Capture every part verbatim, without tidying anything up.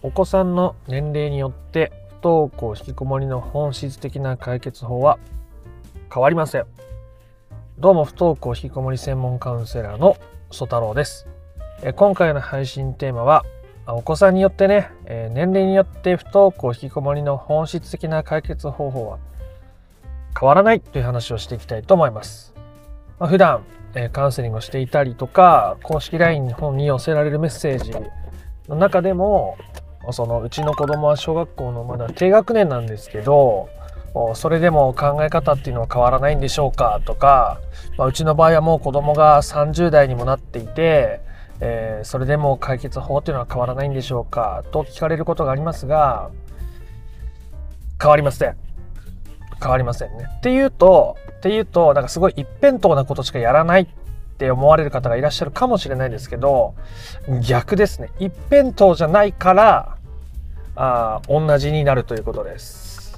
お子さんの年齢によって不登校引きこもりの本質的な解決法は変わりません。どうも、不登校引きこもり専門カウンセラーの曽太郎です。え今回の配信テーマは、お子さんによってね、え年齢によって不登校引きこもりの本質的な解決方法は変わらないという話をしていきたいと思います。まあ、普段、えカウンセリングをしていたりとか、公式 ライン に寄せられるメッセージの中でも、そのうちの子供は小学校のまだ低学年なんですけど、それでも考え方っていうのは変わらないんでしょうかとか、まあ、うちの場合はもう子供がさんじゅう代にもなっていて、えー、それでも解決法っていうのは変わらないんでしょうかと聞かれることがありますが、変わりません。変わりませんね。っていうと、っていうと、なんかすごい一辺倒なことしかやらないって思われる方がいらっしゃるかもしれないですけど、逆ですね。一辺倒じゃないからあ同じになるということです。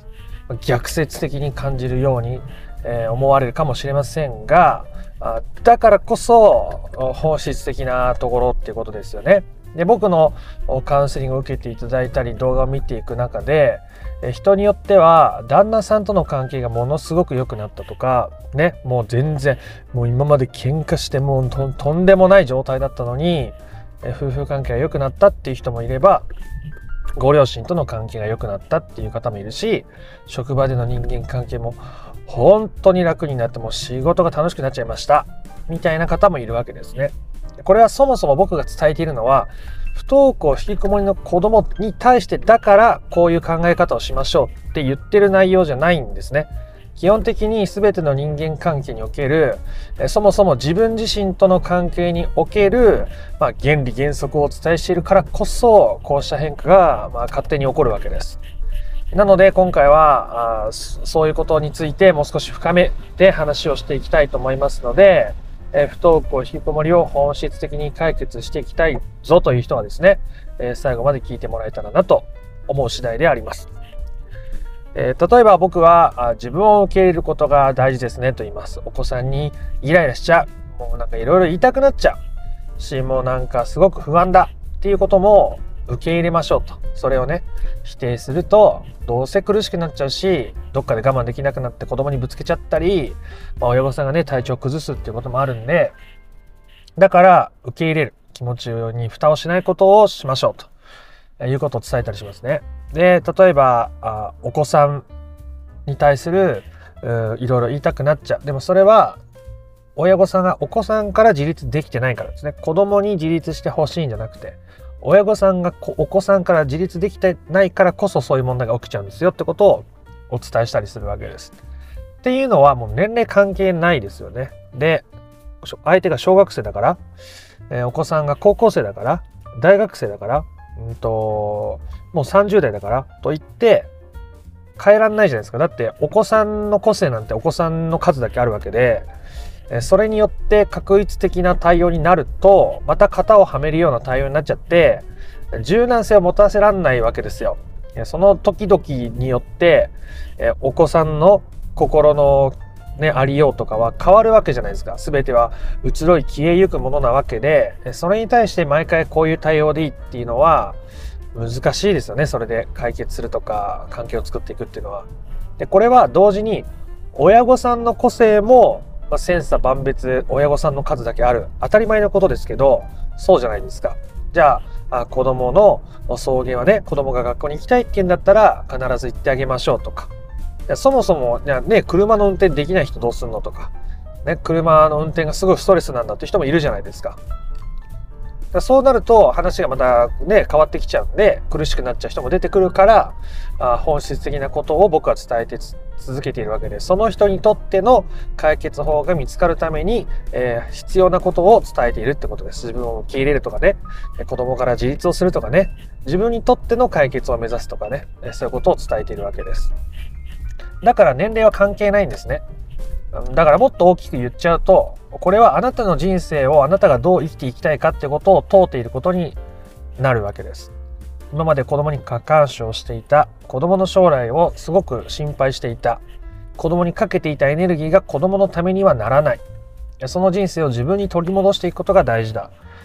逆説的に感じるように、えー、思われるかもしれませんが、あだからこそ本質的なところっていうことですよね。で、僕のカウンセリングを受けていただいたり動画を見ていく中で、人によっては旦那さんとの関係がものすごく良くなったとかね、もう全然もう今まで喧嘩してもう と, とんでもない状態だったのに夫婦関係が良くなったっていう人もいれば、ご両親との関係が良くなったっていう方もいるし、職場での人間関係も本当に楽になって、もう仕事が楽しくなっちゃいましたみたいな方もいるわけですね。これはそもそも僕が伝えているのは、不登校引きこもりの子供に対してだからこういう考え方をしましょうって言ってる内容じゃないんですね。基本的に全ての人間関係における、そもそも自分自身との関係における、まあ、原理原則をお伝えしているからこそ、こうした変化が、まあ、勝手に起こるわけです。なので今回はあそういうことについてもう少し深めて話をしていきたいと思いますので、え不登校引きこもりを本質的に解決していきたいぞという人はですね、え最後まで聞いてもらえたらなと思う次第であります。えー、例えば僕はあ自分を受け入れることが大事ですねと言います。お子さんにイライラしちゃう、もうなんかいろいろ言いたくなっちゃうし、もうなんかすごく不安だっていうことも受け入れましょうと。それをね、否定するとどうせ苦しくなっちゃうし、どっかで我慢できなくなって子供にぶつけちゃったり、まあ、親御さんがね体調を崩すっていうこともあるんで、だから受け入れる気持ちに蓋をしないことをしましょうということを伝えたりしますね。で、例えばあお子さんに対するいろいろ言いたくなっちゃう。でもそれは親御さんがお子さんから自立できてないからですね。子供に自立してほしいんじゃなくて、親御さんがお子さんから自立できてないからこそそういう問題が起きちゃうんですよってことをお伝えしたりするわけです。っていうのはもう年齢関係ないですよね。で、相手が小学生だから、えー、お子さんが高校生だから、大学生だから、うんともうさんじゅう代だからと言って変えらんないじゃないですか。だってお子さんの個性なんてお子さんの数だけあるわけで、それによって確一的な対応になると、また型をはめるような対応になっちゃって柔軟性を持たせらんないわけですよ。その時々によってお子さんの心のね、ありようとかは変わるわけじゃないですか。全ては移ろい消えゆくものなわけで、それに対して毎回こういう対応でいいっていうのは難しいですよね。それで解決するとか関係を作っていくっていうのは。で、これは同時に親御さんの個性も、まあ、千差万別、親御さんの数だけある当たり前のことですけど、そうじゃないですか。じゃあ、あ子供の送迎はね、子供が学校に行きたいって言うんだったら必ず行ってあげましょうとか、そもそもね、車の運転できない人どうすんのとか、ね、車の運転がすごいストレスなんだって人もいるじゃないですか。そうなると話がまたね変わってきちゃうんで、苦しくなっちゃう人も出てくるから、あ本質的なことを僕は伝えて続けているわけで、その人にとっての解決法が見つかるために、えー、必要なことを伝えているってことです。自分を受け入れるとかね、子供から自立をするとかね、自分にとっての解決を目指すとかね、そういうことを伝えているわけです。だから年齢は関係ないんですね。だからもっと大きく言っちゃうと、これはあなたの人生をあなたがどう生きていきたいかってことを問うていることになるわけです。今まで子供に過干渉していた、子供の将来をすごく心配していた、子供にかけていたエネルギーが子供のためにはならない。その人生を自分に取り戻していくことが大事だ。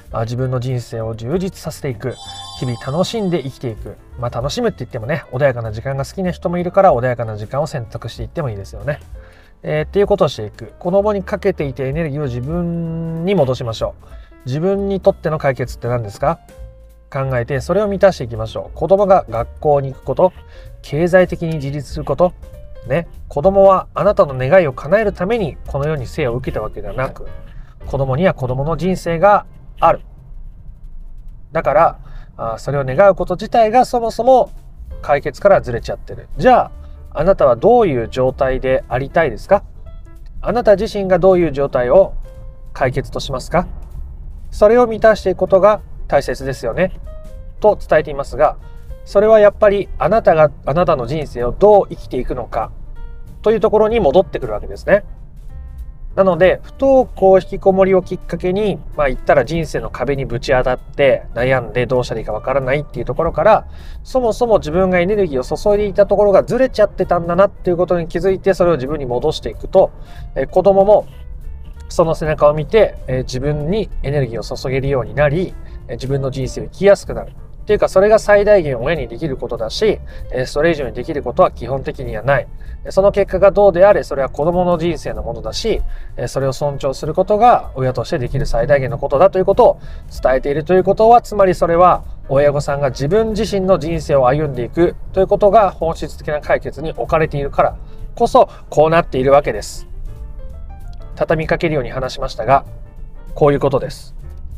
あ自分の人生を充実させていく、日々楽しんで生きていく。まあ楽しむって言ってもね、穏やかな時間が好きな人もいるから穏やかな時間を選択していってもいいですよね。えー、っていうことをしていく。子供にかけていたエネルギーを自分に戻しましょう。自分にとっての解決って何ですか？考えてそれを満たしていきましょう。子供が学校に行くこと、経済的に自立すること、ね、子供はあなたの願いを叶えるためにこの世に生を受けたわけではなく、子供には子供の人生がある。だからあそれを願うこと自体がそもそも解決からずれちゃってる。じゃああなたはどういう状態でありたいですか？あなた自身がどういう状態を解決としますか？それを満たしていくことが大切ですよねと伝えていますが、それはやっぱりあなたがあなたの人生をどう生きていくのかというところに戻ってくるわけですね。なので不登校引きこもりをきっかけに、まあ言ったら人生の壁にぶち当たって悩んでどうしたらいいかわからないっていうところから、そもそも自分がエネルギーを注いでいたところがずれちゃってたんだなっていうことに気づいて、それを自分に戻していくと、え子供もその背中を見て、え自分にエネルギーを注げるようになり、え自分の人生を生きやすくなる。っていうか、それが最大限親にできることだし、それ以上にできることは基本的にはない。その結果がどうであれ、それは子供の人生のものだし、それを尊重することが親としてできる最大限のことだということを伝えているということは、つまりそれは親御さんが自分自身の人生を歩んでいくということが本質的な解決に置かれているからこそ、こうなっているわけです。畳みかけるように話しましたが、こういうことです。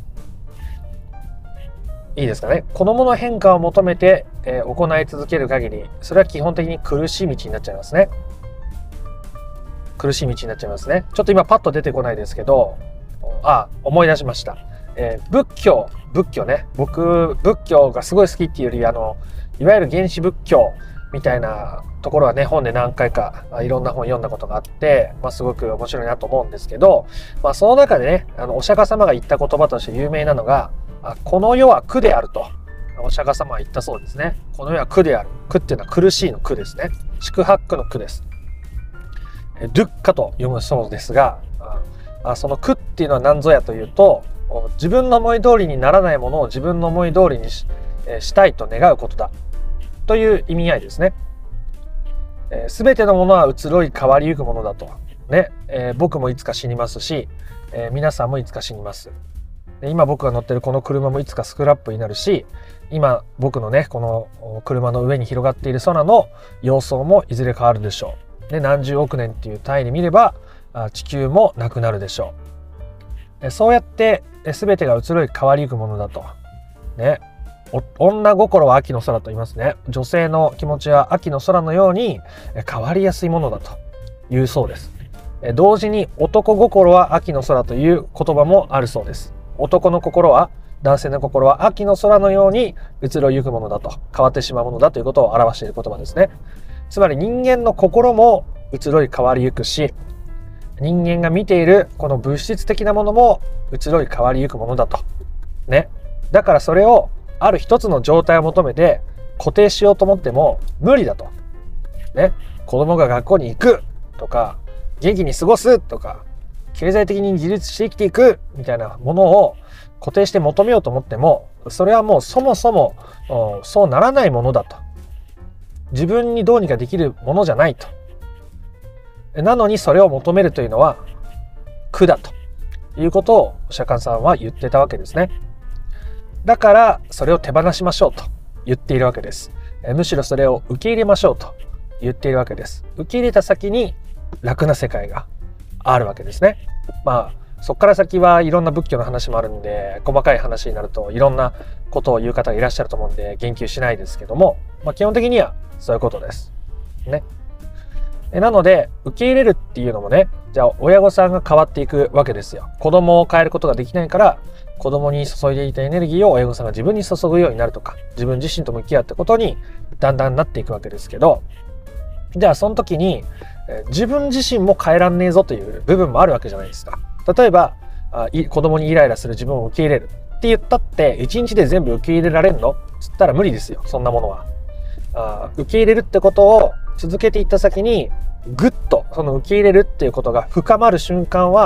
いいですかね。子供の変化を求めて、えー、行い続ける限り、それは基本的に苦しい道になっちゃいますね。苦しい道になっちゃいますね。ちょっと今パッと出てこないですけど、あ、思い出しました。えー、仏教、仏教ね。僕、仏教がすごい好きっていうより、あの、いわゆる原始仏教みたいなところはね、本で何回かいろんな本読んだことがあって、まあ、すごく面白いなと思うんですけど、まあ、その中でね、あのお釈迦様が言った言葉として有名なのが、この世は苦であるとお釈迦様は言ったそうですね。この世は苦である。苦っていうのは苦しいの苦ですね。四苦八苦の苦です。ドゥッカと読むそうですが、その苦っていうのは何ぞやというと、自分の思い通りにならないものを自分の思い通りに し, したいと願うことだという意味合いですね。すべてのものは移ろい変わりゆくものだと、ねえー、僕もいつか死にますし、えー、皆さんもいつか死にます。で今僕が乗ってるこの車もいつかスクラップになるし、今僕のねこの車の上に広がっている空の様相もいずれ変わるでしょう。で何十億年っていう単位で見れば地球もなくなるでしょう。そうやって全てが移ろい変わりゆくものだと。ね、女心は秋の空と言いますね。女性の気持ちは秋の空のように変わりやすいものだというそうです。同時に男心は秋の空という言葉もあるそうです。男の心は男性の心は秋の空のように移ろいゆくものだと、変わってしまうものだということを表している言葉ですね。つまり人間の心も移ろい変わりゆくし、人間が見ているこの物質的なものも移ろい変わりゆくものだと。ね。だからそれをある一つの状態を求めて固定しようと思っても無理だと。ね。子供が学校に行くとか、元気に過ごすとか、経済的に自立して生きていくみたいなものを固定して求めようと思っても、それはもうそもそもそうならないものだと。自分にどうにかできるものじゃないと。なのにそれを求めるというのは苦だということをお釈迦さんは言ってたわけですね。だからそれを手放しましょうと言っているわけです。むしろそれを受け入れましょうと言っているわけです。受け入れた先に楽な世界があるわけですね。まあそこから先はいろんな仏教の話もあるんで、細かい話になるといろんなことを言う方がいらっしゃると思うんで言及しないですけども、まあ、基本的にはそういうことですね。なので受け入れるっていうのもね、じゃあ親御さんが変わっていくわけですよ。子供を変えることができないから、子供に注いでいたエネルギーを親御さんが自分に注ぐようになるとか、自分自身と向き合うってことにだんだんなっていくわけですけど、じゃあその時に自分自身も変えらんねえぞという部分もあるわけじゃないですか。例えば子供にイライラする自分を受け入れるって言ったって一日で全部受け入れられんのつったら無理ですよ。そんなものはあ受け入れるってことを続けていった先にぐっとその受け入れるっていうことが深まる瞬間は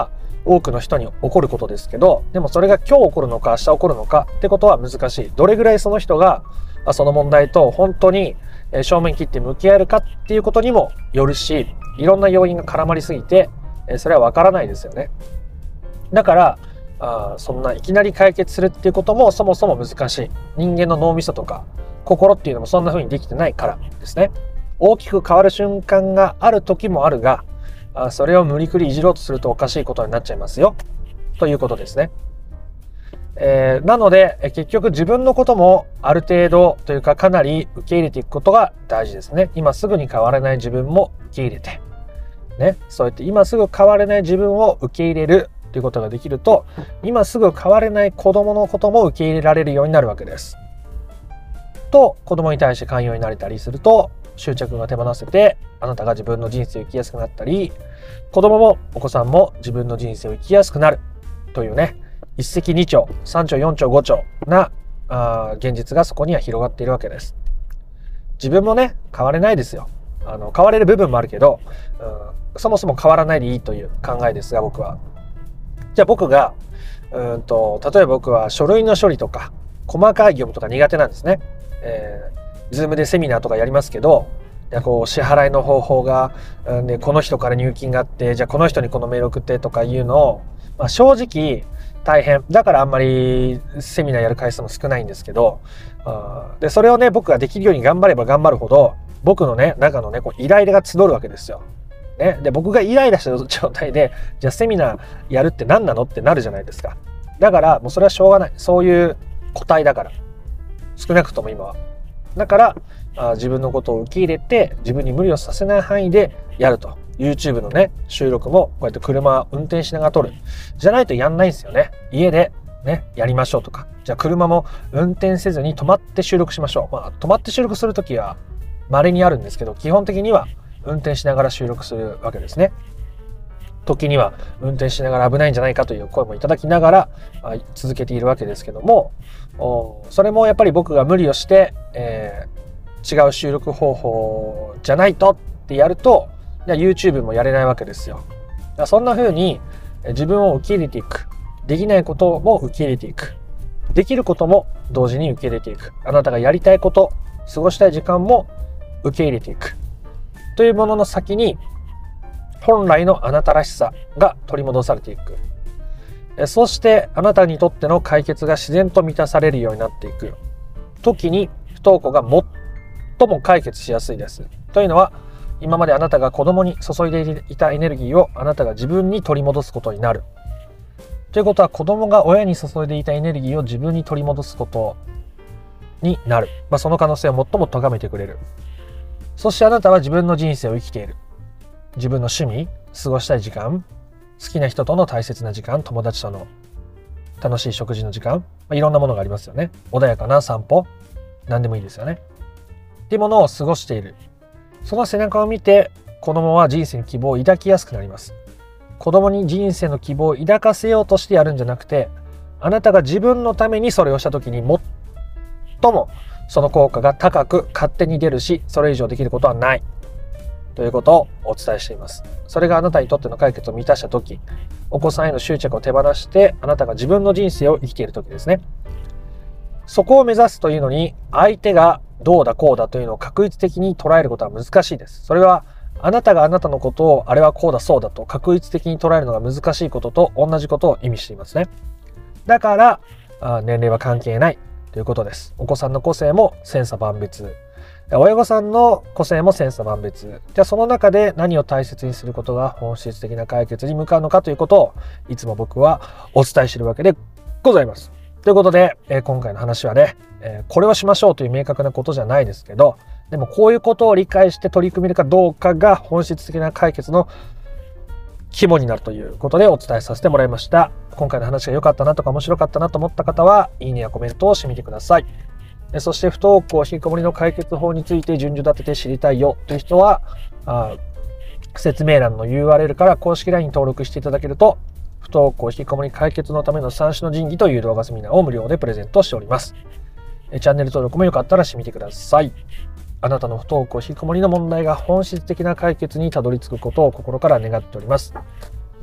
多くの人に起こることですけど、でもそれが今日起こるのか明日起こるのかってことは難しい。どれぐらいその人がその問題と本当に正面切って向き合えるかっていうことにもよるし、いろんな要因が絡まりすぎてそれは分からないですよね。だからあそんないきなり解決するっていうこともそもそも難しい。人間の脳みそとか心っていうのもそんな風にできてないからですね。大きく変わる瞬間がある時もあるが、あそれを無理くりいじろうとするとおかしいことになっちゃいますよということですね。えー、なので結局自分のこともある程度というかかなり受け入れていくことが大事ですね。今すぐに変われない自分も受け入れて、ね、そうやって今すぐ変われない自分を受け入れるということができると、今すぐ変われない子供のことも受け入れられるようになるわけです。と子供に対して寛容になれたりすると執着が手放せて、あなたが自分の人生を生きやすくなったり、子供もお子さんも自分の人生を生きやすくなるというね、一石二鳥、三鳥四鳥五鳥なあ現実がそこには広がっているわけです。自分もね変われないですよ。あの変われる部分もあるけど、うん、そもそも変わらないでいいという考えですが、僕はじゃあ僕がうんと例えば僕は書類の処理とか細かい業務とか苦手なんですね。えーズームでセミナーとかやりますけど、いやこう支払いの方法が、うん、でこの人から入金があって、じゃあこの人にこのメール送ってとかいうのを、まあ、正直大変だからあんまりセミナーやる回数も少ないんですけど、あでそれをね僕ができるように頑張れば頑張るほど僕のね中のねこうイライラが募るわけですよ。ね、で僕がイライラした状態でじゃあセミナーやるって何なのってなるじゃないですか。だからもうそれはしょうがない。そういう個体だから、少なくとも今は。だからあ自分のことを受け入れて自分に無理をさせない範囲でやると。 YouTube のね収録もこうやって車運転しながら撮るじゃないとやんないんですよね。家でねやりましょうとか、じゃあ車も運転せずに止まって収録しましょう。まあ止まって収録するときは稀にあるんですけど、基本的には運転しながら収録するわけですね。時には運転しながら危ないんじゃないかという声もいただきながら続けているわけですけども、それもやっぱり僕が無理をして、えー、違う収録方法じゃないとってやると、じゃあ YouTube もやれないわけですよ。そんな風に自分を受け入れていく、できないことも受け入れていく、できることも同時に受け入れていく、あなたがやりたいこと、過ごしたい時間も受け入れていくというものの先に本来のあなたらしさが取り戻されていく。そしてあなたにとっての解決が自然と満たされるようになっていく時に不登校が最も解決しやすいです。というのは、今まであなたが子供に注いでいたエネルギーをあなたが自分に取り戻すことになる。ということは、子供が親に注いでいたエネルギーを自分に取り戻すことになる。まあ、その可能性を最も高めてくれる。そしてあなたは自分の人生を生きている。自分の趣味、過ごしたい時間、好きな人との大切な時間、友達との楽しい食事の時間、まあ、いろんなものがありますよね。穏やかな散歩、何でもいいですよね。っていうものを過ごしている。その背中を見て子供は人生に希望を抱きやすくなります。子供に人生の希望を抱かせようとしてやるんじゃなくて、あなたが自分のためにそれをした時に最もその効果が高く勝手に出るし、それ以上できることはないということをお伝えしています。それがあなたにとっての解決を満たした時、お子さんへの執着を手放してあなたが自分の人生を生きている時ですね。そこを目指すというのに、相手がどうだこうだというのを確率的に捉えることは難しいです。それはあなたがあなたのことをあれはこうだそうだと確率的に捉えるのが難しいことと同じことを意味していますね。だから年齢は関係ないということです。お子さんの個性も千差万別、親御さんの個性も千差万別。じゃあその中で何を大切にすることが本質的な解決に向かうのかということをいつも僕はお伝えしているわけでございます。ということで、えー、今回の話はね、えー、これをしましょうという明確なことじゃないですけど、でもこういうことを理解して取り組めるかどうかが本質的な解決の肝になるということでお伝えさせてもらいました。今回の話が良かったなとか面白かったなと思った方は、いいねやコメントをしてみてください。そして不登校引きこもりの解決法について順序立てて知りたいよという人は、あ説明欄の ユーアールエル から公式 ライン に登録していただけると、不登校引きこもり解決のための三種の神器という動画セミナーを無料でプレゼントしております。チャンネル登録もよかったらしてみてください。あなたの不登校引きこもりの問題が本質的な解決にたどり着くことを心から願っております。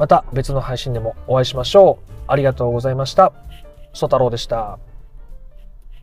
また別の配信でもお会いしましょう。ありがとうございました。ソ太郎でした。